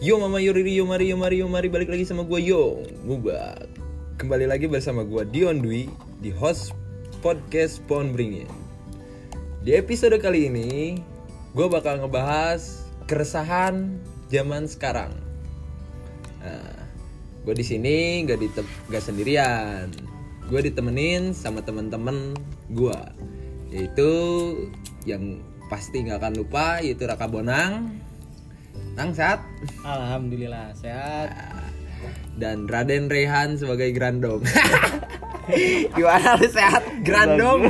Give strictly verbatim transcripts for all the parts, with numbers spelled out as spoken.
Yo mama yo riri yo mari yo mari yo mari balik lagi sama gue Yo Mubak. Kembali lagi bersama gue Dion Dwi di host podcast Pohon Beringin. Di episode kali ini gue bakal ngebahas keresahan zaman sekarang. Nah, gue di sini nggak dite- nggak sendirian. Gue ditemenin sama teman-teman gue, yaitu yang pasti nggak akan lupa yaitu Raka Bonang. Nang sehat? Alhamdulillah sehat. Dan Raden Rehan sebagai Grandong. Gimana lu sehat Grandong?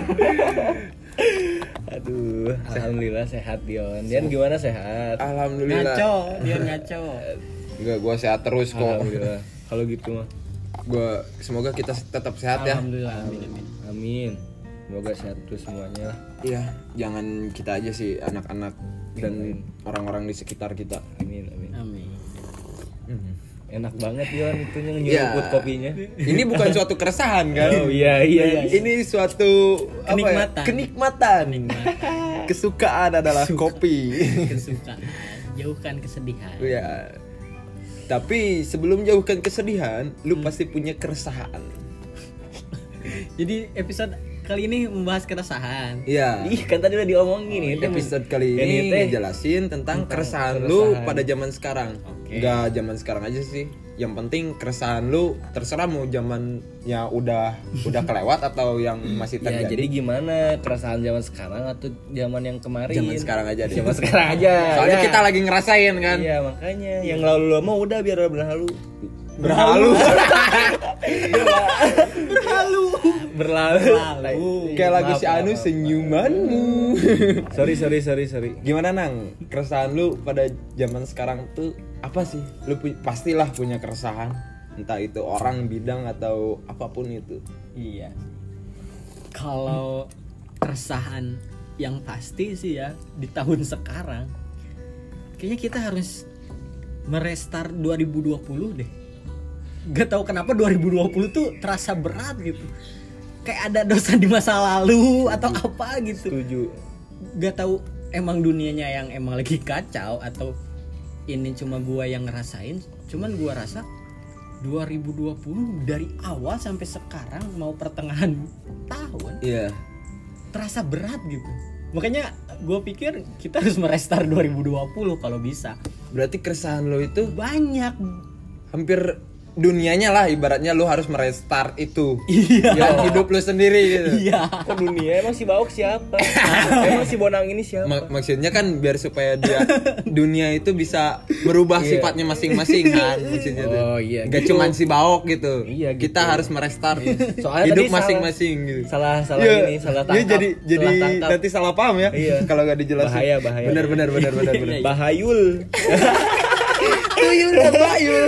Aduh, alhamdulillah sehat Dion. Dion gimana sehat? Alhamdulillah. Ngaco, dia ngaco. Enggak, gua sehat terus kok. Alhamdulillah. Kalau gitu mah. Gua semoga kita tetap sehat ya. Alhamdulillah, amin amin. Amin. Semoga sehat terus semuanya lah. Iya, jangan kita aja sih, anak-anak dan orang-orang di sekitar kita. Amin, amin. Amin. Hmm. Enak banget Dion itunya Iya. nyeruput kopinya. Ini bukan suatu keresahan kan? Oh iya iya. Ini suatu Kenikmatan. Apa ya? Kenikmatan. Kesukaan adalah Suka. kopi. Kesukaan, jauhkan kesedihan. Iya. Tapi sebelum jauhkan kesedihan, lu pasti punya keresahan. Jadi episode kali ini membahas keresahan. Iya. Ih, kan tadi udah diomongin nih. Episode kali Ini ini teh ngejelasin tentang, tentang keresahan, lu keresahan. pada zaman sekarang. Oke. Enggak zaman sekarang aja sih. Yang penting keresahan lu terserah mau zamannya udah udah kelewat atau yang masih Ya, terjadi. jadi gimana keresahan zaman sekarang atau zaman yang kemarin? Zaman sekarang aja deh. Zaman sekarang aja. Soalnya ya. kita lagi ngerasain kan. Iya, makanya yang lalu-lalu mah udah biar berlalu. Berhalu. Berhalu. Berlalu. Berlalu. Kayak lagu Maaf, si Anu maaf, maaf. senyumanmu. Sorry, sorry, sorry, sorry. Gimana Nang? Keresahan lu pada zaman sekarang tuh apa sih? Lu pu- pastilah punya keresahan. Entah itu orang, bidang atau apapun itu. Iya. Kalau keresahan yang pasti sih ya di tahun sekarang, kayaknya kita harus merestart dua ribu dua puluh deh. Gak tahu kenapa dua ribu dua puluh tuh terasa berat gitu. Kayak ada dosa di masa lalu atau apa gitu. Setuju. Gak tahu emang dunianya yang emang lagi kacau atau ini cuma gua yang ngerasain. Cuman gua rasa dua ribu dua puluh dari awal sampai sekarang mau pertengahan tahun Iya. terasa berat gitu. Makanya gue pikir kita harus merestart dua ribu dua puluh kalau bisa. Berarti keresahan lu itu Banyak. hampir dunianya lah, ibaratnya lu harus merestart itu. Iya. Yang hidup lu sendiri gitu. Iya. Kok dunia emang si Bauk siapa? Emang si Bonang ini siapa? Mak- maksudnya kan biar supaya dia dunia itu bisa berubah Iya. sifatnya masing-masing kan maksudnya tuh. Oh, iya, Gak gitu. cuman si Baok gitu. Iya, gitu. Kita harus merestart Soalnya hidup tadi salah- masing-masing gitu. Salah salah Iya. ini, salah Iya, tangkap. jadi jadi salah tangkap. nanti salah paham ya. Iya. Kalau nggak dijelasin. Bahaya, bahaya. Benar benar benar benar benar. Bahayul. Tuyul dan bayul.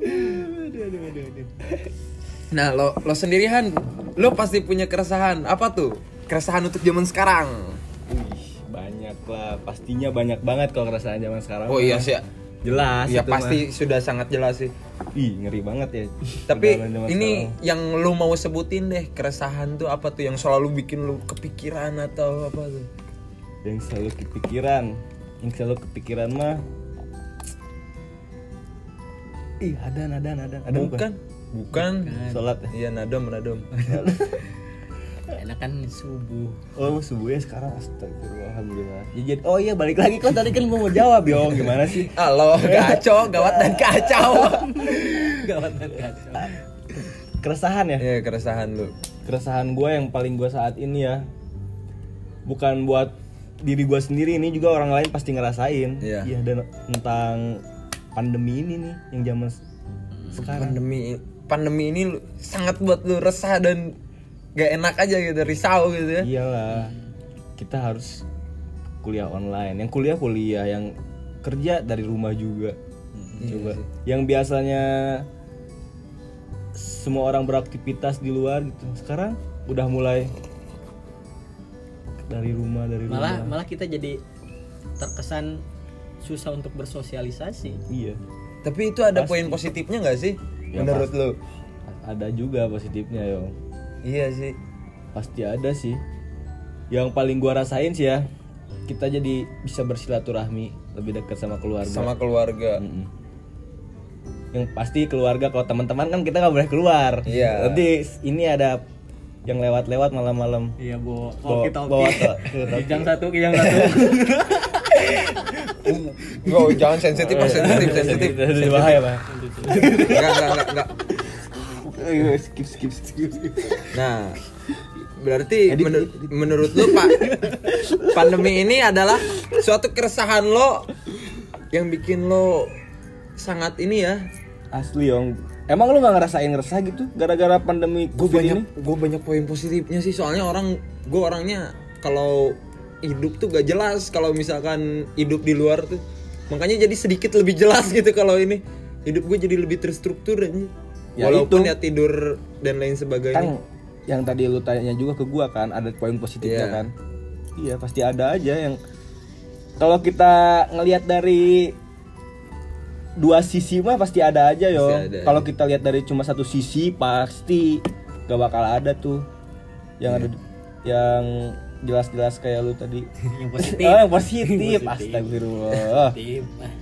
Nah, lo lo sendirian, lo pasti punya keresahan. Apa tuh? Keresahan untuk zaman sekarang. Wih, banyak lah. Pastinya banyak banget kalau keresahan zaman sekarang. Oh iya sih. Jelas. Ya itu pasti mah. sudah sangat jelas sih. Ih, ngeri banget ya. Tapi Keresahan zaman ini sekarang. yang lu mau sebutin deh, keresahan tuh apa tuh yang selalu bikin lu kepikiran atau apa tuh? yang selalu kepikiran, yang selalu kepikiran mah. Ih, ada ada ada ada Bukan. Bukan. Sholat ya? Iya, nadom, nadom. Enak kan subuh. Oh, subuhnya sekarang astagfirullah, alhamdulillah. Ya, jadi, oh iya balik lagi kok tadi kan gua mau jawab yo, gimana sih? Halo, kacau, gawat dan kacau. Gawat dan kacau. Keresahan ya? Iya, keresahan lu. Keresahan gue yang paling gue saat ini ya, bukan buat diri gue sendiri, ini juga orang lain pasti ngerasain. Iya. Dan tentang pandemi ini nih yang zaman sekarang. Pandemi pandemi ini lu- sangat buat lu resah dan gak enak aja gitu, risau gitu ya. Iyalah, kita harus kuliah online. Yang kuliah kuliah, yang kerja dari rumah juga. Coba. Yang biasanya semua orang beraktivitas di luar gitu, sekarang udah mulai dari rumah dari Malah rumah. malah kita jadi terkesan susah untuk bersosialisasi. Iya. Tapi itu ada Pasti. poin positifnya gak sih? Ya, menurut pasti. lu? Ada juga positifnya yo. Iya sih. Pasti ada sih. Yang paling gua rasain sih ya, kita jadi bisa bersilaturahmi, lebih dekat sama keluarga. Sama keluarga. Mm-mm. yang pasti keluarga. Kalau teman-teman kan kita nggak boleh keluar. Iya. Nanti ini ada yang lewat-lewat malam-malam. Iya, bawa Bawa- walkie-talkie. bawa to- Kijang satu, kijang satu. Go, jangan sensitif, Pak. sensitif, sensitif. Sensitif, bahaya, Pak. Enggak, enggak, enggak, enggak. Ayo, skip skip skip. Nah, berarti menur- menurut lu Pak, pandemi ini adalah suatu keresahan lo yang bikin lo sangat ini ya. Asli, Yong. Emang lu nggak ngerasain resah gitu gara-gara pandemi Gue Covid banyak, ini? gue banyak poin positifnya sih. Soalnya orang, gue orangnya kalau hidup tuh gak jelas kalau misalkan hidup di luar tuh. Makanya jadi sedikit lebih jelas gitu kalau ini. Hidup gue jadi lebih terstruktur aja. Ya Walaupun itu. ya tidur dan lain sebagainya. Kan yang tadi lu tanya juga ke gua kan, ada poin positifnya Iya. kan? Iya, pasti ada aja yang kalau kita ngelihat dari dua sisi mah pasti ada aja yo. ada. Kalau kita lihat dari cuma satu sisi pasti gak bakal ada tuh yang ada yang jelas-jelas kayak lu tadi. Yang positif. Oh, yang positif. Positif. Astagfirullah. Positif.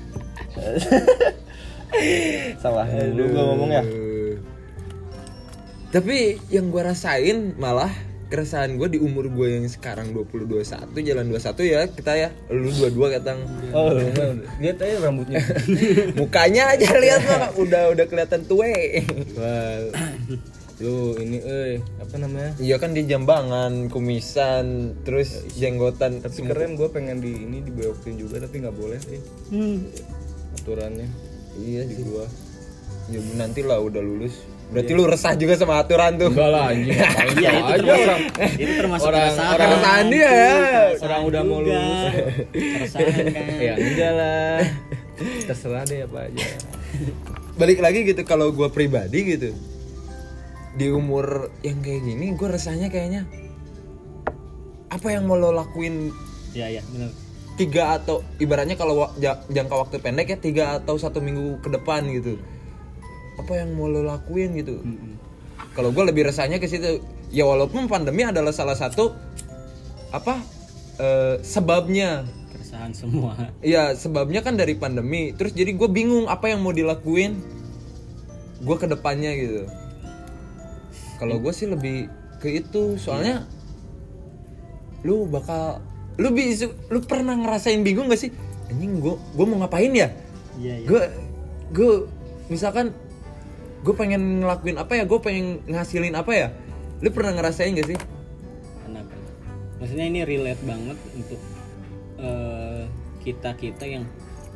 Salah dulu gua ngomong ya. Eh, Tapi yang gue rasain malah keresahan gue di umur gue yang sekarang dua puluh dua puluh satu jalan dua puluh satu ya kita ya. Lu dua puluh dua katang. Oh, lihat aja rambutnya. Mukanya aja lihat mah udah udah kelihatan tue. Wah. Lu ini eh apa namanya? Iya kan di jambangan, kumisan, terus jenggotan. Tapi keren, gue pengen di ini dibeokin juga tapi nggak boleh sih aturannya Iya di sih. gua. Ya nanti lah udah lulus. Berarti lu resah juga sama aturan tuh. Enggak lah anjing. Iya, itu termasuk, itu termasuk orang- keresahan. orang- keresahan dia ya. Orang udah mau juga. lulus. Keresahan kan. Ya enggak lah. Terserah deh apa aja. Balik lagi gitu kalau gue pribadi gitu. Di umur yang kayak gini gue rasanya kayaknya apa yang mau lo lakuin Iya, iya, benar. tiga atau ibaratnya kalau wa- ja- jangka waktu pendek ya tiga atau satu minggu ke depan gitu. Apa yang mau lo lakuin gitu. Kalau gue lebih rasanya ke situ. Ya walaupun pandemi adalah salah satu apa eh, sebabnya. Keresahan semua. Iya sebabnya kan dari pandemi. Terus jadi gue bingung apa yang mau dilakuin gue ke depannya gitu. Kalau gue sih lebih ke itu. Soalnya lu bakal lu bisa lu pernah ngerasain bingung gak sih? Anjing gue gue mau ngapain ya? Iya, iya. Gue gue misalkan gue pengen ngelakuin apa ya? Gue pengen ngasilin apa ya? Lu pernah ngerasain gak sih? Kenapa? Maksudnya ini relate banget untuk eh, kita-kita yang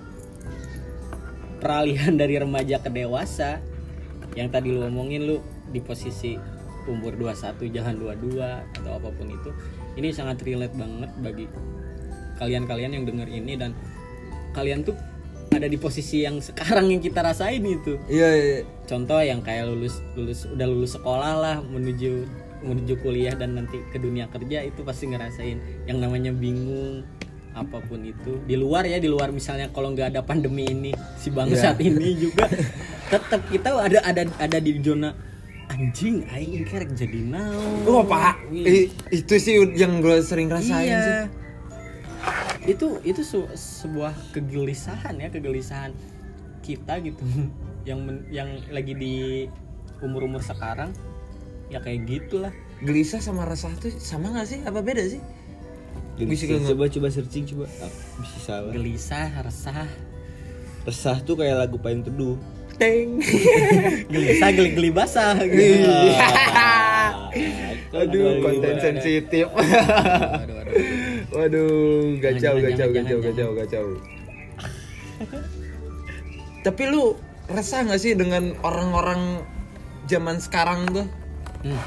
peralihan dari remaja ke dewasa. Yang tadi lu omongin lu di posisi umur dua puluh satu jangan dua puluh dua atau apapun itu. Ini sangat relate banget bagi kalian-kalian yang denger ini dan kalian tuh ada di posisi yang sekarang yang kita rasain itu. Iya, iya. Contoh yang kayak lulus lulus udah lulus sekolah lah menuju menuju kuliah dan nanti ke dunia kerja itu pasti ngerasain yang namanya bingung apapun itu di luar ya di luar misalnya kalau nggak ada pandemi ini si bangsat Yeah. ini juga tetap kita ada ada ada di zona anjing aing kerek jadi naon. Oh pak, I- itu sih yang gue sering rasain iya. sih. Itu itu su- sebuah kegelisahan ya kegelisahan kita gitu yang men- yang lagi di umur-umur sekarang ya kayak gitulah. Gelisah sama resah tuh sama nggak sih? Apa beda sih? Bisa Bisa, nggak? coba coba searching coba. Ah, bisa salah. Gelisah, resah, Resah tuh kayak lagu Payung Teduh. Teng. gelisah, geli-geli basah gitu. Iya. Ah, Aduh, aduh, konten aduh, sensitif. aduh, aduh. Waduh, gacau, Jangan, gacau, jangan, gacau, jangan, gacau, gacau. Tapi lu resah nggak sih dengan orang-orang zaman sekarang tuh? Hmm.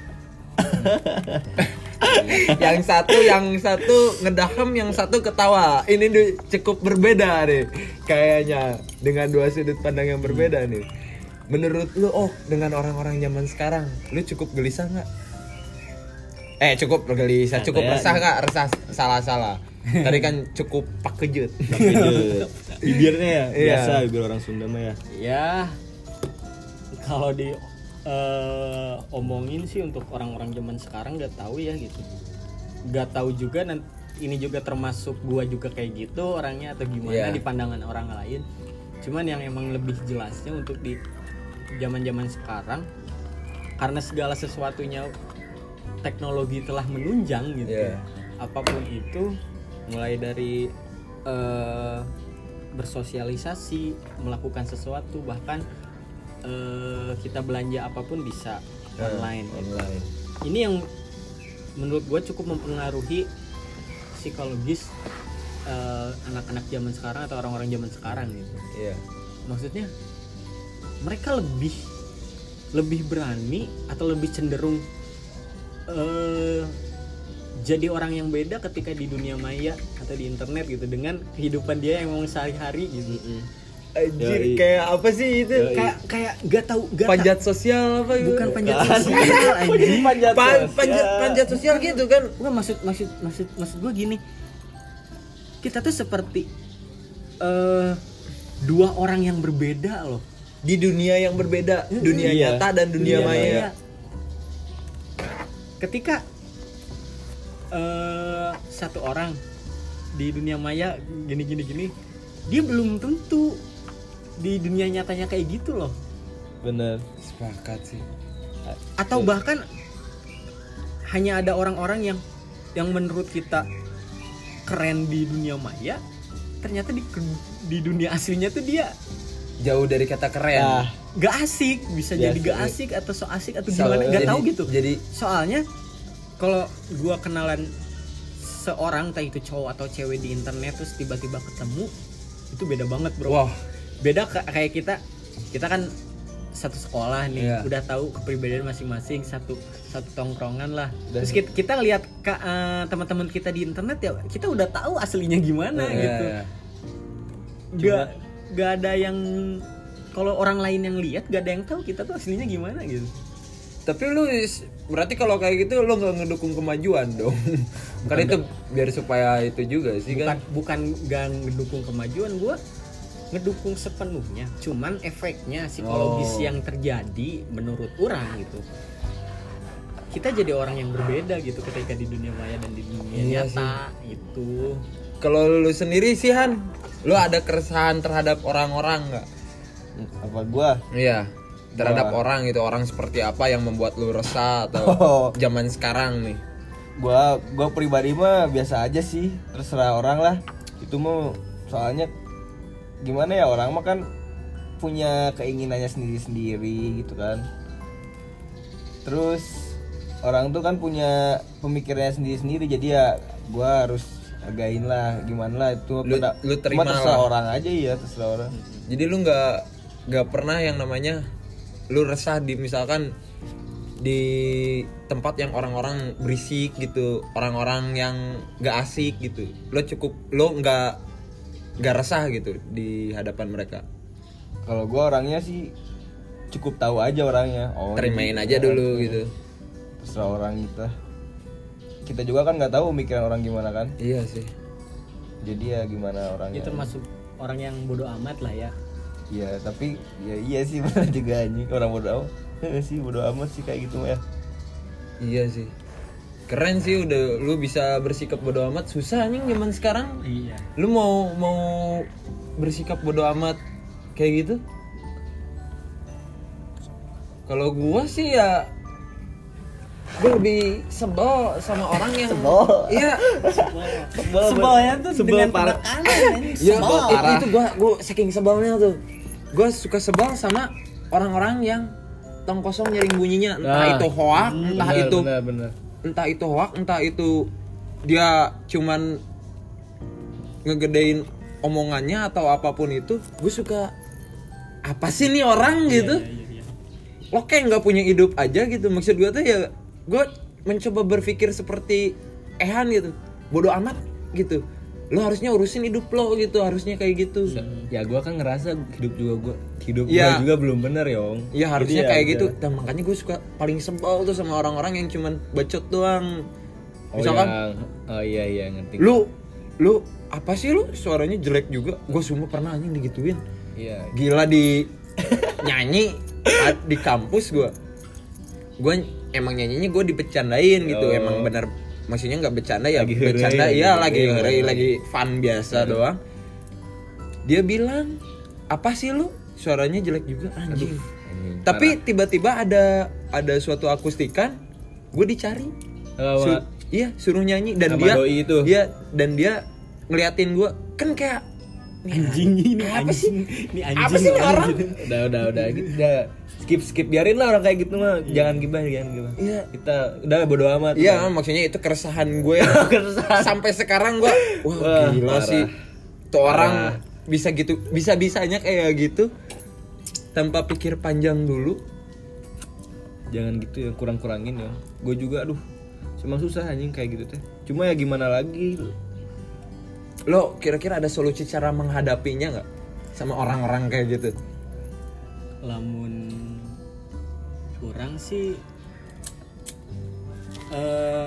Yang satu, yang satu ngedahem, yang satu ketawa. Ini tuh cukup berbeda nih, kayaknya dengan dua sudut pandang yang berbeda nih. Menurut lu, oh dengan orang-orang zaman sekarang, lu cukup gelisah nggak? Eh cukup gelisah, cukup Santai resah aja. nggak? Resah salah-salah. Tadi kan cukup pakejut. Pakejut. Bibirnya ya Iya. biasa bibir orang Sunda mah ya. Ya kalau di eh, omongin sih untuk orang-orang zaman sekarang nggak tahu ya gitu. Nggak tahu juga nanti ini juga termasuk gua juga kayak gitu orangnya atau gimana Iya. di pandangan orang lain. Cuman yang emang lebih jelasnya untuk di zaman-zaman sekarang, karena segala sesuatunya teknologi telah menunjang gitu. Yeah. Apapun itu, mulai dari uh, bersosialisasi, melakukan sesuatu, bahkan uh, kita belanja apapun bisa Yeah, online. Online. Ini yang menurut gue cukup mempengaruhi psikologis uh, anak-anak zaman sekarang atau orang-orang zaman sekarang gitu. Iya. Maksudnya mereka lebih lebih berani atau lebih cenderung uh, jadi orang yang beda ketika di dunia maya atau di internet gitu, dengan kehidupan dia yang memang sehari-hari gitu. Anjir, Yoi. kayak apa sih itu? Yoi. Kayak kayak gak tahu gak Panjat sosial apa gitu? bukan panjat sosial anjing. Panjat Pa- sosial. panjat panjat sosial gitu kan? Bukan, maksud maksud maksud maksud gue gini, kita tuh seperti uh, dua orang yang berbeda loh Di dunia yang berbeda, dunia Iya. nyata dan dunia, Dunia maya. maya. Ketika uh, satu orang di dunia maya gini gini gini, dia belum tentu di dunia nyatanya kayak gitu loh. Bener. Sepakat sih. Atau bahkan hanya ada orang-orang yang yang menurut kita keren di dunia maya, ternyata di di dunia aslinya tuh dia Jauh dari kata keren. Nah, gak asik, bisa Ya, jadi gak sih. asik atau so asik atau So- gimana, gak jadi- tahu gitu. Jadi Soalnya kalau gua kenalan seorang, entah itu cowok atau cewek di internet, terus tiba-tiba ketemu, itu beda banget bro. wah, Beda k- kayak kita kita kan satu sekolah nih, Iya. udah tahu kepribadian masing-masing, satu satu tongkrongan lah. Dan- Terus kita, kita lihat ke uh, teman-teman kita di internet ya, kita udah tahu aslinya gimana Iya, gitu. iya. Gak gak ada yang, kalau orang lain yang lihat gak ada yang tahu kita tuh aslinya gimana gitu. Tapi lu is- berarti kalau kayak gitu lu nggak ngedukung kemajuan dong. Karena itu biar supaya itu juga sih Bukan kan. bukan gak ngedukung kemajuan, gua ngedukung sepenuhnya. Cuman efeknya psikologis Oh. yang terjadi menurut orang gitu, kita jadi orang yang berbeda gitu ketika di dunia maya dan di dunia Iya nyata itu. Kalau lu sendiri sih Han, lu ada keresahan terhadap orang-orang nggak? apa gua? Iya, terhadap Wah. orang gitu, orang seperti apa yang membuat lu resah atau Oh. zaman sekarang nih? Gua gua pribadi mah biasa aja sih, terserah orang lah. Itu mah soalnya gimana ya, orang mah kan punya keinginannya sendiri-sendiri gitu kan. Terus orang tuh kan punya pemikirannya sendiri-sendiri, jadi ya gua harus hargain lah, gimana lah itu. Lu- pada- lu cuma terima terserah lah. orang aja ya, terserah orang. Jadi lu nggak nggak pernah yang namanya lu resah di misalkan di tempat yang orang-orang berisik gitu, orang-orang yang nggak asik gitu. Lo cukup lo nggak nggak resah gitu di hadapan mereka. Kalau gua orangnya sih cukup tahu aja orangnya. Oh, Terimain jadi- aja dulu ya, gitu. Terserah orang kita. Kita juga kan nggak tahu mikiran orang gimana kan. Iya sih. Jadi ya gimana orangnya. Itu termasuk orang yang bodoh amat lah ya. Iya, tapi ya iya sih benar juga anjing, orang bodo amat. Heeh sih, bodo amat sih kayak gitu mah ya. Iya sih. Keren sih udah lu bisa bersikap bodo amat. Susah nih zaman sekarang. Iya. Lu mau mau bersikap bodo amat kayak gitu? Kalau gua sih ya gue lebih sebel sama orang yang Sebel. Iya. Sebelnya tuh sebel dengan parah. penekanan. Iya, Sebel. itu, itu gua gua saking sebelnya tuh. Gua suka sebel sama orang-orang yang tong kosong nyaring bunyinya, entah Nah, itu hoak, entah Bener, itu bener, bener. entah itu hoak, entah itu dia cuman ngegedein omongannya atau apapun itu. Gue suka apa sih nih orang gitu. Iya, iya, iya. Lo kayak nggak punya hidup aja gitu. Maksud gue tuh ya gue mencoba berpikir seperti Ehan gitu, bodoh amat gitu. Lo harusnya urusin hidup lo gitu, harusnya kayak gitu. Ya gua kan ngerasa hidup juga gua hidup Iya. gua juga belum bener, Yong. Ya harusnya Jadi kayak ya gitu. udah. Dan makanya gue suka paling sebel tuh sama orang-orang yang cuman bacot doang. Oh, Misalkan yang, oh iya iya ngerti. lu lu apa sih lu suaranya jelek juga. Gue semua pernah anjing digituin. Iya. Gila di nyanyi a- di kampus gue. Gue emang nyanyinya gue dibecandain gitu. Oh. Emang bener maksudnya nggak bercanda ya, Lagi heureui, bercanda lagi iya heureui, lagi iya, heureui, iya. lagi fun biasa doang. Dia bilang apa sih lu? Suaranya jelek juga anjing. Anjing, Tapi parah. tiba-tiba ada ada suatu akustikan, gue dicari. Oh, Su- Wak. iya, suruh nyanyi dan Sama dia doi itu. Iya, dan dia ngeliatin gue kan kayak Anjing ini apa anjing. Ini anjing. Apa sih ini orang? Udah udah udah gitu udah skip skip biarin lah orang kayak gitu mah. Jangan gibah jangan gibah. Iya. Kita udah bodo amat. Iya, Udah. maksudnya itu keresahan gue. Keresahan. Sampai sekarang gue, wah, Wah, gila parah. sih. Tuh orang Parah. bisa gitu, bisa-bisanya kayak gitu tanpa pikir panjang dulu. Jangan gitu ya, kurang-kurangin ya. Gue juga aduh emang susah anjing kayak gitu teh. Cuma ya gimana lagi. Lo kira-kira ada solusi cara menghadapinya nggak sama orang-orang kayak gitu? Lamun kurang sih eh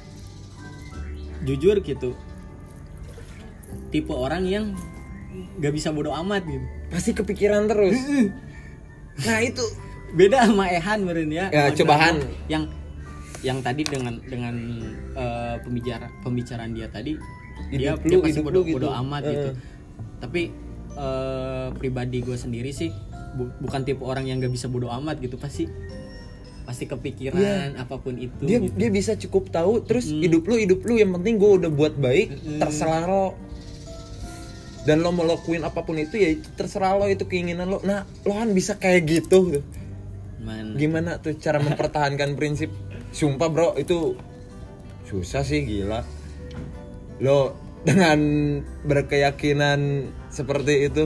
jujur gitu, tipe orang yang gak bisa bodo amat gitu. Pasti kepikiran terus. Nah itu Beda sama Ehan meren ya. Ya, Sama coba Gago Han. yang yang tadi dengan dengan eh, pembicara pembicaraan dia tadi, dia, Hidup dia lu, pasti hidup bodo, lu gitu. bodo amat Eh. gitu. Tapi eh, pribadi gue sendiri sih bu- bukan tipe orang yang gak bisa bodo amat gitu, pasti pasti kepikiran apapun itu. dia gitu. dia bisa cukup tahu terus Mm. hidup lu hidup lu yang penting gue udah buat baik, Mm. terserah lo. Dan lo mau lakuin apapun itu ya terserah lo, itu keinginan lo. Nah lo kan bisa kayak gitu tuh. Man. Gimana tuh cara mempertahankan prinsip? Sumpah bro itu susah sih, gila. Lo dengan berkeyakinan seperti itu.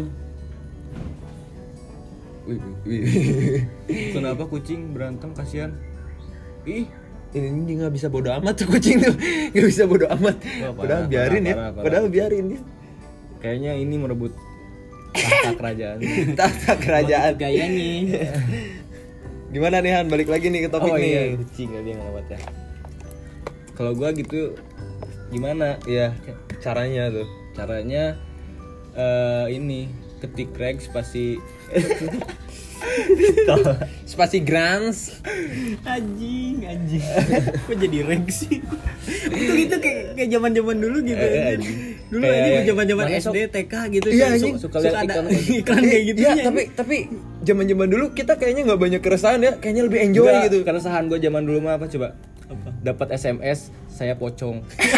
Wih, wih, wih. Kenapa kucing berantem kasihan? Ih, Ini ini nggak bisa bodo amat tuh kucing tuh, nggak bisa bodo amat. Wah, parah, Padahal biarin parah, ya, parah, parah. padahal biarin dia. kayaknya ini merebut tahta kerajaan. Tahta kerajaan. Gayanya. Gimana nih Han? Balik lagi nih ke topik Oh nih. iya, kucing ya dia ngelawat ya. Kalau gua gitu gimana? Iya, caranya tuh. Caranya eh ini ketik reg spasi Spasi Grants. Anjing, anjing. Kok jadi reg sih? Betul itu kayak kayak zaman-zaman dulu gitu Eh, anjir. anjing. Dulu Kayak- anjing zaman-zaman mana S D, T K gitu. Iya, suka- anjing. suka, Suka liat ada iklan iklan kayak gitu. Iya, tapi tapi zaman-zaman dulu kita kayaknya nggak banyak keresahan ya, kayaknya lebih enjoy Enggak, gitu. keresahan gua zaman dulu mah apa coba? Apa? Dapat S M S saya pocong.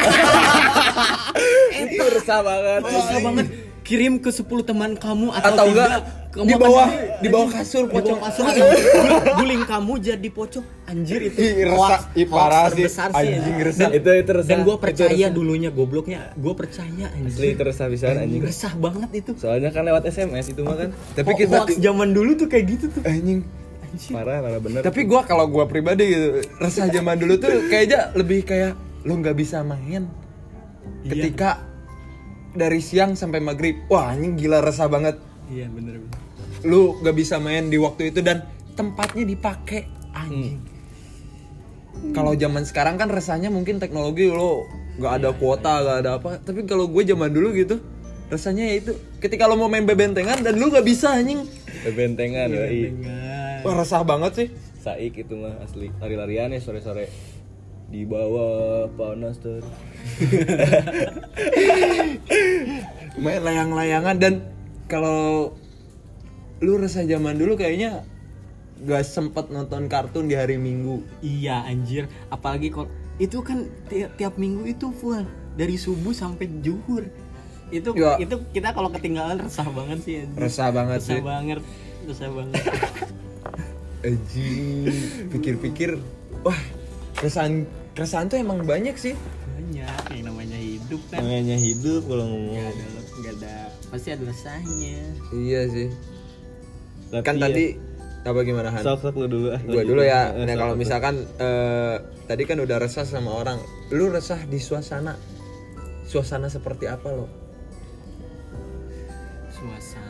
Itu resah banget. Susah banget. Kirim ke sepuluh teman kamu atau, Atau tidak, enggak kamu di akan bawah di- di bawah kasur di bawah pocong. kasur guling, guling kamu jadi pocong. Anjir itu. Ih, resah. hoax- Ih, hoax parah sih. terbesar Anjing, resah. Dan, Itu itu resah. dan gue Itu percaya resah. dulunya gobloknya. Gue percaya Asli anjir. itu resah pisan anjing. Resah banget itu. Soalnya kan lewat S M S itu mah kan. Tapi Ho- kita hoax zaman dulu tuh kayak gitu tuh. anjing. Anjir. Parah, parah bener. Tapi gua kalau gua pribadi gitu, resah zaman dulu tuh kayaknya lebih kayak lo nggak bisa main Iya. ketika dari siang sampai maghrib. Wah anjing gila, resah banget. Iya bener bener. Lu nggak bisa main di waktu itu dan tempatnya dipakai anjing. Kalau zaman sekarang kan resahnya mungkin teknologi lo nggak ada kuota, nggak ada apa. Tapi kalau gue zaman dulu gitu, resahnya ya itu ketika lo mau main bebentengan dan lu nggak bisa anjing. Bentengan Iya, yoi. Dengan. Wah resah banget sih. Saik itu mah asli lari-larian ya sore-sore di bawah panas tuh. Main layang-layangan. Dan kalau lu resah zaman dulu kayaknya gak sempet nonton kartun di hari Minggu. Iya anjir. Apalagi kalau itu kan tiap, tiap minggu itu full dari subuh sampai zuhur. Itu Ya. itu kita kalau ketinggalan resah banget sih. Anjir. Resah banget Resah sih. banget. Resah banget. Anjing, pikir-pikir, wah, keresahan keresahan tuh emang banyak sih. Banyak yang namanya hidup kan. Namanya hidup kalau Gak ngomong. ada, gak ada, pasti ada resahnya. Iya sih. Tapi Kan ya, tadi apa gimana Han? sok sok lu dulu ah. Gue lanjut. dulu ya. Eh, Nah sok, kalau sok. misalkan eh, tadi kan udah resah sama orang, lu resah di suasana. Suasana seperti apa lo? Suasana.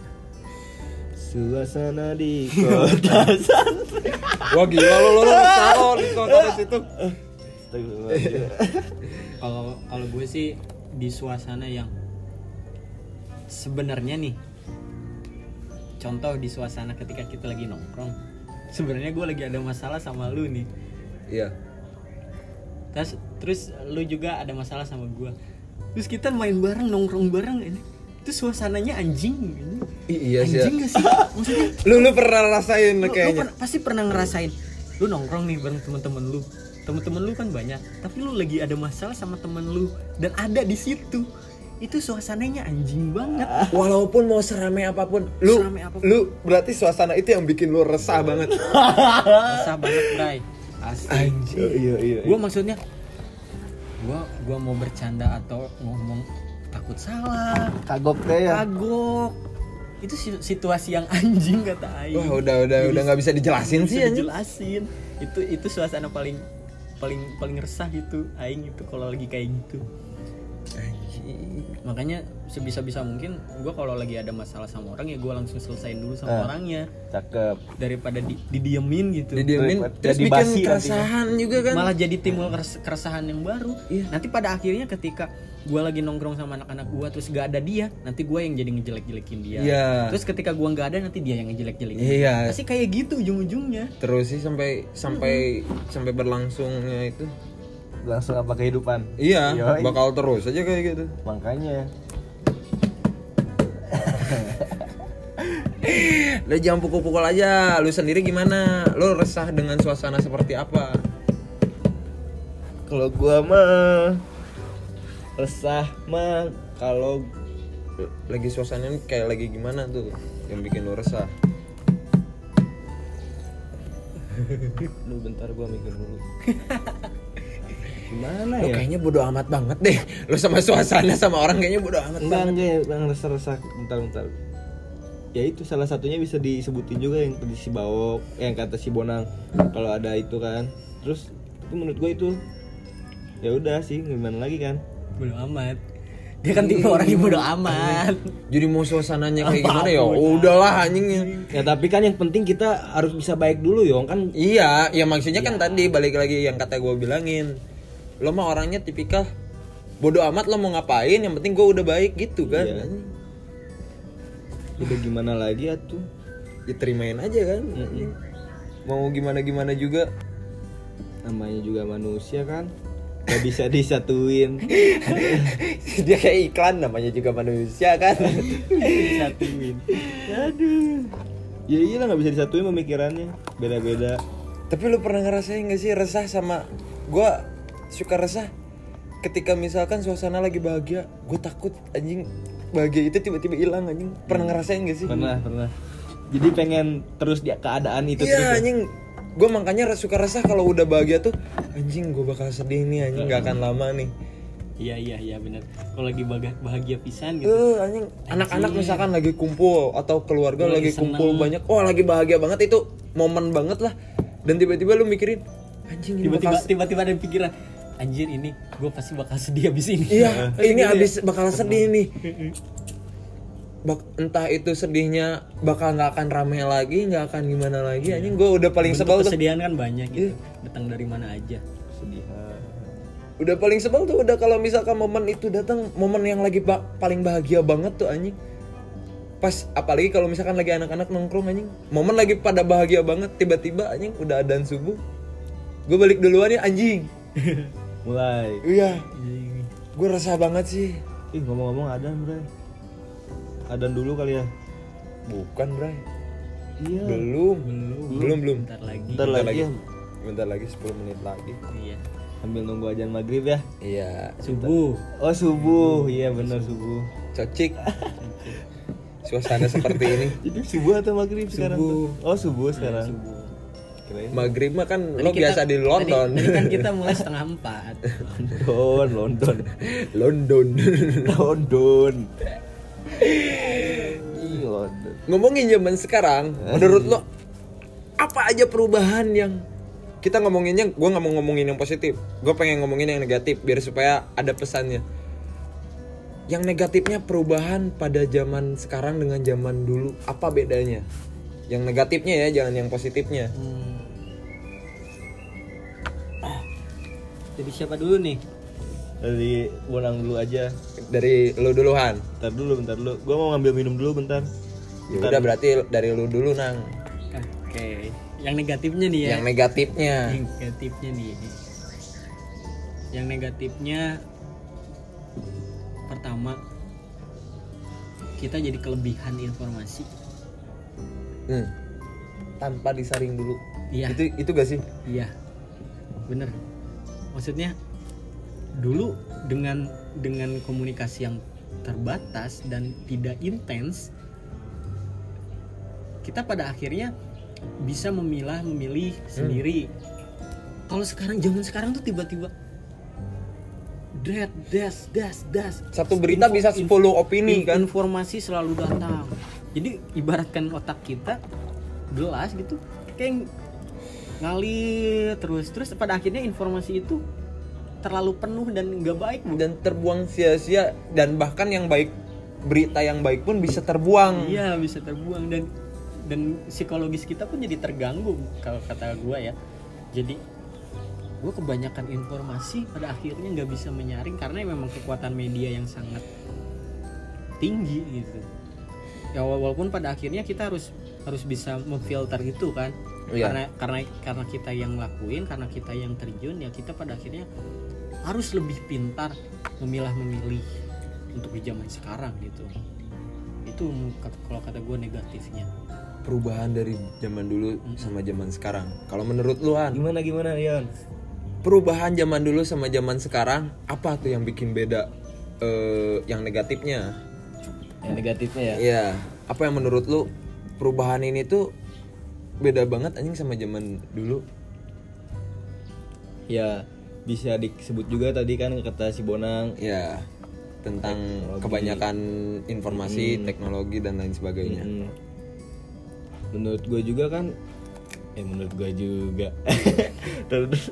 Suasana di kota santri. Wah gila lo lo lo resah lo di kota di situ. Astagfirullahaladzim. Kalau kalau gue sih di suasana yang sebenarnya nih, contoh di suasana ketika kita lagi nongkrong, sebenarnya gue lagi ada masalah sama lu nih, Iya. terus terus lu juga ada masalah sama gue, terus kita main bareng nongkrong bareng ini, itu suasananya anjing ini. I- iya sih. Anjing gak sih? Maksudnya Lu lu pernah rasain lu, lu kayaknya. per- pasti pernah ngerasain. Lu nongkrong nih bareng teman-teman lu. Teman-teman lu kan banyak, tapi lu lagi ada masalah sama teman lu dan ada di situ. Itu suasananya anjing banget. Walaupun mau seramai apapun, lu Seramai apapun. lu berarti suasana itu yang bikin lu resah banget. Resah banget, Bray. Asli. Anjing. Iya iya. Gua maksudnya gua gua mau bercanda atau ngomong takut salah, Kagok teh ya. kagok. Itu si- situasi yang anjing kata aing. Wah, udah udah Jadi, udah nggak bisa dijelasin bisa sih anjing. dijelasin. Itu itu suasana paling paling paling resah itu aing itu kalau lagi kayak gitu. Makanya sebisa-bisa mungkin gue kalau lagi ada masalah sama orang ya gue langsung selesain dulu sama Ah. orangnya Cakep. daripada di, didiemin gitu. Didiemin Jadi terus bikin basi keresahan juga kan. Malah jadi timbul keres- keresahan yang baru. Iya. Nanti pada akhirnya ketika gue lagi nongkrong sama anak-anak gue terus gak ada dia, nanti gue yang jadi ngejelek-jelekin dia. Iya. Terus ketika gue nggak ada nanti dia yang ngejelek-jelekin. Iya. Pasti kayak gitu ujung-ujungnya. Terus sih sampai sampai sampai berlangsungnya itu. Langsung apa kehidupan? Iya, Yoi. bakal terus aja kayak gitu. Makanya. Udah jangan pukul-pukul aja. Lu sendiri gimana? Lu resah dengan suasana seperti apa? Kalau gua mah resah mah kalau Lagi suasananya kayak lagi gimana tuh yang bikin lu resah? lu bentar gua mikir dulu. Gimana Lu ya? kayaknya bodo amat banget deh. Lu sama suasana sama orang kayaknya bodo amat Enggak, banget. enggak, enggak resah-resah bentar-bentar. Ya itu salah satunya bisa disebutin juga yang tadi si Bawok, yang kata si Bonang kalau ada itu kan. Terus itu menurut gue itu ya udah sih, gimana lagi kan? Bodo amat. Dia kan tipe orang yang bodo amat. Jadi mau suasananya kayak gimana ya? Apapun. Udahlah anjing ya. Ya tapi kan yang penting kita harus bisa baik dulu Yong kan. Iya, ya maksudnya kan tadi balik lagi yang kata gue bilangin. Lo mah orangnya tipikal bodo amat lo mau ngapain, yang penting gue udah baik gitu kan. Iya. Udah gimana lagi atuh? Diterimain aja kan. Mm-mm. Mau gimana-gimana juga. Namanya juga manusia kan. Gak bisa disatuin. Dia kayak iklan, namanya juga manusia kan. Disatuin. Aduh. Ya iyalah nggak bisa disatuin pemikirannya. Beda-beda. Tapi lu pernah ngerasain gak sih resah sama gue? Suka resah ketika misalkan suasana lagi bahagia, gue takut anjing bahagia itu tiba-tiba hilang anjing. Pernah ngerasain gak sih? Pernah, pernah. Jadi pengen terus di keadaan itu terus. Iya ya? anjing. Gue makanya suka resah kalau udah bahagia tuh, anjing gue bakal sedih nih anjing, gak akan lama nih. Iya iya iya benar. Kalau lagi bahagia, bahagia pisan gitu. Eh anjing, anak-anak misalkan lagi kumpul atau keluarga Lagi lagi kumpul seneng. banyak, oh lagi bahagia banget, itu momen banget lah. Dan tiba-tiba lu mikirin, anjing ini Tiba-tiba bakal tiba-tiba ada pikiran, anjir ini gue pasti bakal sedih abis ini. iya, Pasti ini gitu ya? abis bakal sedih nih. Bak, entah itu sedihnya bakal nggak akan rame lagi, nggak akan gimana lagi. Anjing gue udah paling Bentuk sebel tuh. kesedihan kan banyak Iya. gitu. Datang dari mana aja. Sedihan. Udah paling sebel tuh udah kalau misalkan momen itu datang, momen yang lagi ba- paling bahagia banget tuh anjing. Pas apalagi kalau misalkan lagi anak-anak nongkrong anjing, momen lagi pada bahagia banget, tiba-tiba anjing udah adzan subuh. Gue balik duluan ya anjing. Mulai. Iya. Gue resah banget sih. Ih ngomong-ngomong adan bro. Adan dulu kali ya. Bukan, Bray. Iya. Belum. Belum. Belum, belum. Bentar lagi. Bentar lagi ya. Bentar lagi sepuluh menit lagi. Iya. Sambil nunggu ajan maghrib ya. Iya. Subuh. Oh subuh, iya benar subuh. Cocik. Suasana seperti ini. Jadi subuh atau maghrib sekarang? Subuh. tuh? Oh subuh sekarang. Subuh. Kirain Maghrib mah kan Tadi lo kita- biasa di London. Tadi, tadi kan kita mulai setengah empat. London, London, London. London. Ih, London. Ngomongin zaman sekarang, menurut lo apa aja perubahan yang kita ngomonginnya? Gue nggak mau ngomongin yang positif, gue pengen ngomongin yang negatif biar supaya ada pesannya. Yang negatifnya perubahan pada zaman sekarang dengan zaman dulu, apa bedanya? Yang negatifnya ya, jangan yang positifnya. Hmm. Ah. Jadi siapa dulu nih? Dari Bonang dulu aja. Dari lo duluan. Bentar dulu, bentar dulu. Gua mau ngambil minum dulu bentar. Ya Bentar. udah berarti dari lo dulu nang. Oke. Yang negatifnya nih ya. Yang negatifnya. Yang negatifnya nih. Yang negatifnya pertama kita jadi kelebihan informasi. Hmm. Tanpa disaring dulu. Iya. Itu itu gak sih? Iya, bener. Maksudnya dulu dengan dengan komunikasi yang terbatas dan tidak intens, kita pada akhirnya bisa memilah memilih sendiri. Hmm. Kalau sekarang, zaman sekarang tuh tiba-tiba Dret, das, das, das. Satu berita Info, bisa sepuluh info, opini kan. Informasi selalu datang. Jadi ibaratkan otak kita gelas gitu, kayak ngalir terus. Terus pada akhirnya informasi itu terlalu penuh dan nggak baik, Bu. Dan terbuang sia-sia, dan bahkan yang baik, berita yang baik pun bisa terbuang. Iya, bisa terbuang, dan dan psikologis kita pun jadi terganggu kalau kata gue ya. Jadi gue kebanyakan informasi pada akhirnya nggak bisa menyaring karena memang kekuatan media yang sangat tinggi gitu. Ya walaupun pada akhirnya kita harus harus bisa memfilter itu kan. Iya. Karena karena karena kita yang lakuin, karena kita yang terjun, ya kita pada akhirnya harus lebih pintar memilah memilih untuk di zaman sekarang gitu. Itu kalau kata gue negatifnya. Perubahan dari zaman dulu mm-hmm. sama zaman sekarang. Kalau menurut lu Han, Gimana gimana Yon? Perubahan zaman dulu sama zaman sekarang, apa tuh yang bikin beda? Eh, yang negatifnya? Yang negatifnya ya? Iya. Apa yang menurut lu perubahan ini tuh beda banget anjing sama zaman dulu? Ya bisa disebut juga tadi kan kata si Bonang. Ya, tentang teknologi. Kebanyakan informasi, hmm. teknologi dan lain sebagainya. Hmm. Menurut gue juga kan, eh menurut gue juga. Terus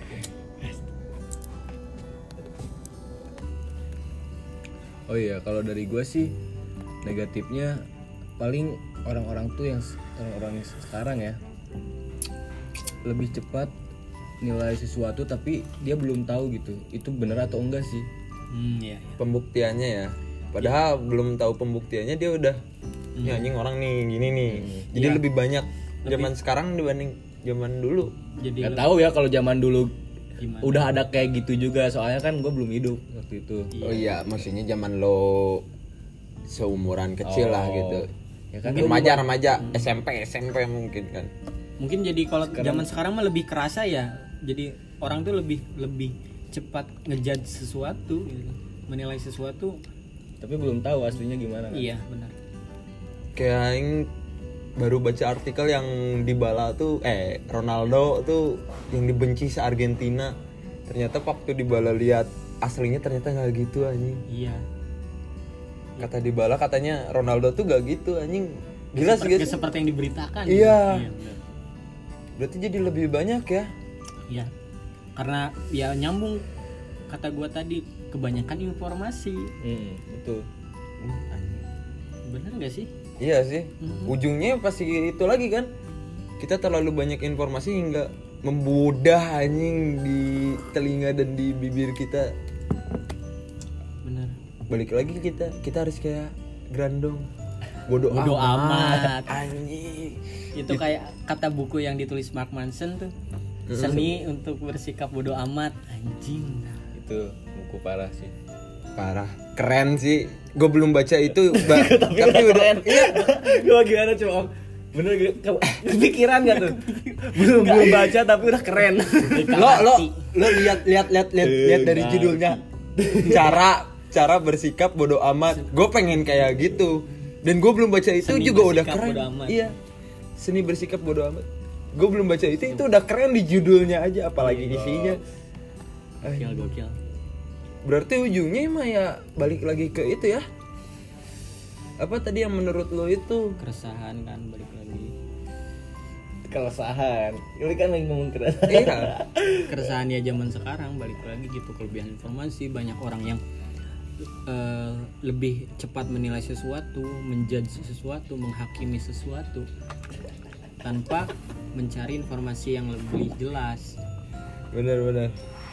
oh iya, kalau dari gue sih negatifnya paling orang-orang tuh yang orang-orang yang sekarang ya lebih cepat nilai sesuatu tapi dia belum tahu gitu itu benar atau enggak sih. Hmm, iya, iya. Pembuktiannya ya. Padahal ya. belum tahu pembuktiannya dia udah hmm. ya anjing orang nih gini nih. Hmm. Jadi ya. lebih banyak zaman lebih. sekarang dibanding zaman dulu. Jadi nggak tahu ya kalau zaman dulu gimana? Udah ada kayak gitu juga, soalnya kan gue belum hidup waktu itu. Iya. Oh iya, maksudnya zaman lo seumuran kecil oh. lah gitu. Ya kan remaja-remaja, hmm. S M P S M P mungkin kan. Mungkin jadi kalau zaman sekarang mah lebih kerasa ya. Jadi orang tuh lebih lebih cepat ngejudge sesuatu gitu. Menilai sesuatu tapi belum tahu aslinya gimana kan? Iya, benar. Kayak yang baru baca artikel yang Dybala tuh eh Ronaldo tuh yang dibenci se Argentina. Ternyata waktu Dybala lihat aslinya ternyata enggak gitu anjing. Iya. Kata Dybala katanya Ronaldo tuh gak gitu anjing. Gila sih guys. Seperti yang diberitakan. Iya. Iya, berarti jadi lebih banyak ya? Iya. Karena ya nyambung kata gua tadi, kebanyakan informasi. Hmm, betul. Bener gak sih? Iya sih. Mm-hmm. Ujungnya pasti itu lagi kan. Kita terlalu banyak informasi hingga membudah anjing di telinga dan di bibir kita. Bener. Balik lagi kita, kita harus kayak Grandong. Bodoh, Bodoh amat. amat. Anjing. Itu kayak kata buku yang ditulis Mark Manson tuh. Seni untuk bersikap bodoh amat. Anjing. Itu buku parah sih. Parah. Keren sih. Gue belum baca itu, ba- tapi, tapi udah. Iya. Gue gimana coba? Bener gak? Kepikiran gak tuh? belum belum baca tapi udah keren. lo lo lo lihat lihat lihat lihat lihat dari judulnya. Cara cara bersikap bodoh amat. Gue pengen kayak gitu. Dan gue belum baca itu Seni juga udah keren. Iya. Seni bersikap bodoh amat. Gue belum baca itu, itu udah keren di judulnya aja, apalagi isinya. Gokil, gokil. Berarti ujungnya mah ya balik lagi ke itu ya. Apa tadi yang menurut lo itu? Keresahan kan, balik lagi. Keresahan. Ini kan lagi ngomong keresahan. Iya. Keresahan ya zaman sekarang, balik lagi gitu, kelebihan informasi, banyak orang yang uh, lebih cepat menilai sesuatu, menjudge sesuatu, menghakimi sesuatu tanpa mencari informasi yang lebih jelas. Benar-benar.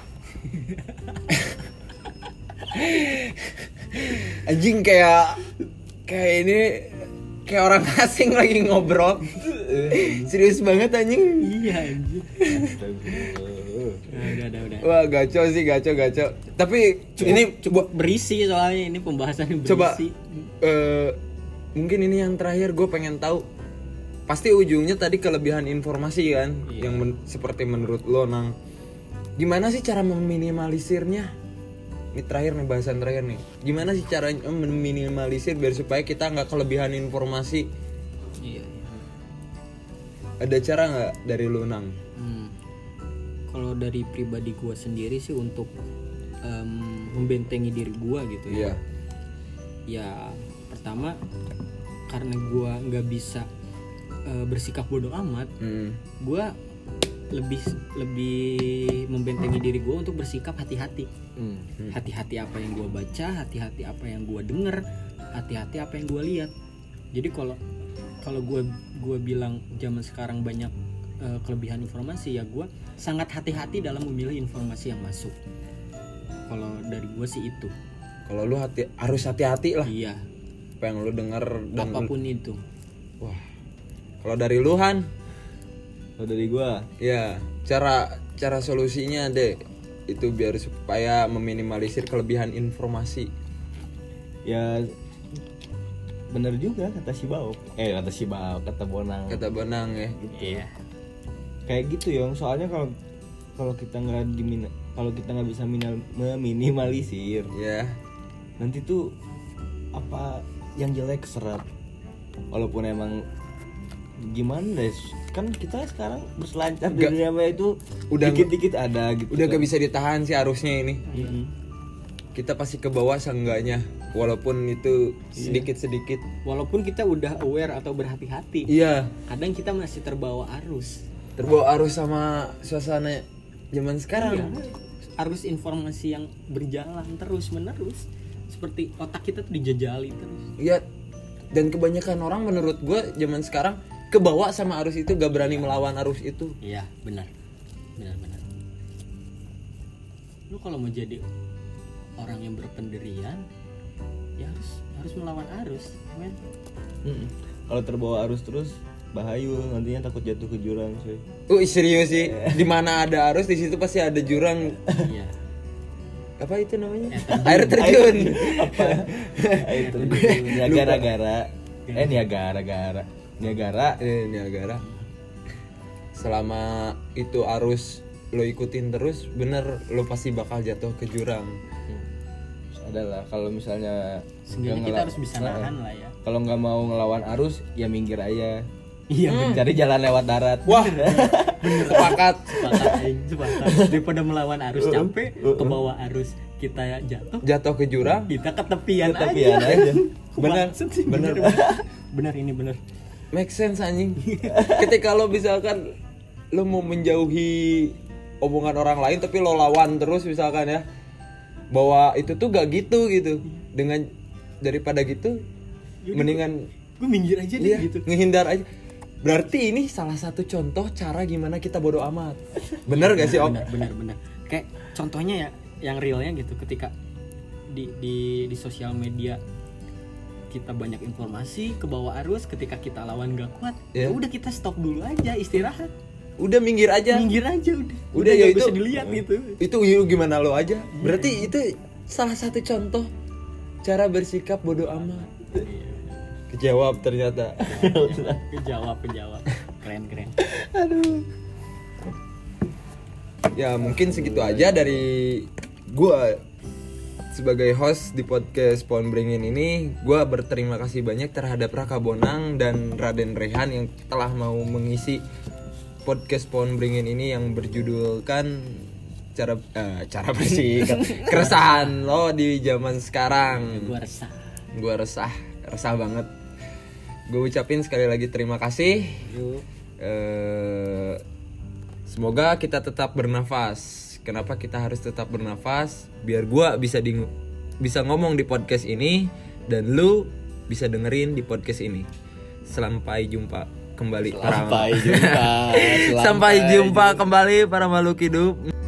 Anjing kayak kayak ini kayak orang asing lagi ngobrol. Serius banget anjing. Iya anjing. Nah, udah udah udah. Wah, gaco sih, gaco gaco. Tapi Cukup, ini cukup berisi soalnya ini pembahasannya berisi. coba eh, mungkin ini yang terakhir gue pengen tahu. Pasti ujungnya tadi kelebihan informasi kan, Iya. yang men- seperti menurut lo nang. Gimana sih cara meminimalisirnya? Ini terakhir nih, bahasan terakhir nih. Gimana sih caranya meminimalisir biar supaya kita nggak kelebihan informasi? Iya. iya. Ada cara nggak dari lo nang? Hmm. Kalau dari pribadi gua sendiri sih untuk em, membentengi diri gua gitu ya. Iya. Ya pertama karena gua nggak bisa eh, bersikap bodoh amat, Mm. gua lebih lebih membentengi diri gua untuk bersikap hati-hati. Hmm. Hati-hati apa yang gua baca, hati-hati apa yang gua denger, hati-hati apa yang gua lihat. Jadi kalau kalau gua gua bilang zaman sekarang banyak eh, kelebihan informasi, ya gua sangat hati-hati dalam memilih informasi yang masuk. Kalau dari gua sih itu. Kalau lu hati harus hati-hati lah. Iya, Apa yang lu denger dan apapun itu. wah. Kalau dari lu Han, Kalau dari gua, ya cara cara solusinya deh itu biar supaya meminimalisir kelebihan informasi. ya bener juga kata si Baok. Eh kata si Baok, kata Bonang. Kata Bonang ya. Iya. Kayak gitu Yong. Soalnya kalau kalau kita nggak dimin kalau kita nggak bisa minal- meminimalisir, Ya. nanti tuh apa yang jelek keserap. Walaupun emang gimana deh, kan kita sekarang berselancar di Gak- dunia maya itu udah dikit-dikit ada gitu. Udah kan. gak bisa ditahan sih arusnya ini. Mm-mm. Kita pasti ke bawah seenggaknya walaupun itu sedikit-sedikit. Walaupun kita udah aware atau berhati-hati, Iya, kadang kita masih terbawa arus. terbawa arus sama suasana zaman sekarang. Iya. Arus informasi yang berjalan terus menerus, seperti otak kita tuh dijajali terus. Iya. Dan kebanyakan orang menurut gue zaman sekarang kebawa sama arus itu, gak berani melawan arus itu. Iya, benar. Benar-benar. Lu kalau mau jadi orang yang berpendirian, ya harus harus melawan arus, men. Mm-mm. Kalau terbawa arus terus bahayu, nantinya takut jatuh ke jurang cuy. Uh, serius sih. Di mana ada arus di situ pasti ada jurang. Iya. Apa itu namanya? Air Air terjun. Apa? Itu Niagara-gara. Eh Niagara-gara. Niagara. Eh, Niagara. Selama itu arus lo ikutin terus, bener lo pasti bakal jatuh ke jurang. Adalah kalau misalnya Seenggaknya nggak kita ngela- harus bisa Nah, nahan lah ya. Kalau nggak mau ngelawan arus ya minggir aja. Iya, Hmm. Cari jalan lewat darat. Wah, sepakat. sepakat, aing, sepakat. Daripada melawan arus capek, ke bawah arus kita jatuh, Jatuh ke jurang. kita ke tepian, Ke tepian aja. aja. Bener, Bangsat sih, bener. bener, bener. Bener, ini bener. Make sense anjing. Ketika lo misalkan lo mau menjauhi omongan orang lain tapi lo lawan terus misalkan ya, bahwa itu tuh gak gitu gitu. Dengan daripada gitu, Yaudah, mendingan Gue minggir aja deh iya, gitu. ngehindar aja. Berarti ini salah satu contoh cara gimana kita bodo amat. Bener gak sih Om? Bener, bener, bener. Kayak contohnya ya, yang realnya gitu, ketika di di di sosial media kita banyak informasi ke bawah arus, ketika kita lawan gak kuat, Iya. ya udah kita stop dulu aja, istirahat, Udah minggir aja. minggir aja udah. Udah, ya gak itu. bisa dilihat gitu. Itu yuk gimana lo aja. Berarti itu salah satu contoh cara bersikap bodo amat. Kejawab ternyata. Kejawab, kejawab. Keren, keren. Ya mungkin segitu aja dari gua sebagai host di podcast Pohon Beringin ini. Gua berterima kasih banyak terhadap Raka Bonang dan Raden Rehan yang telah mau mengisi podcast Pohon Beringin ini yang berjudulkan cara eh, cara bersikap keresahan lo di zaman sekarang. Gua resah. Gua resah, resah banget. Gue ucapin sekali lagi terima kasih. Yuk. Eh, semoga kita tetap bernafas. Kenapa kita harus tetap bernafas? Biar gua bisa di, bisa ngomong di podcast ini dan lu bisa dengerin di podcast ini. Sampai jumpa kembali. Sampai jumpa. Sampai jumpa kembali para makhluk hidup.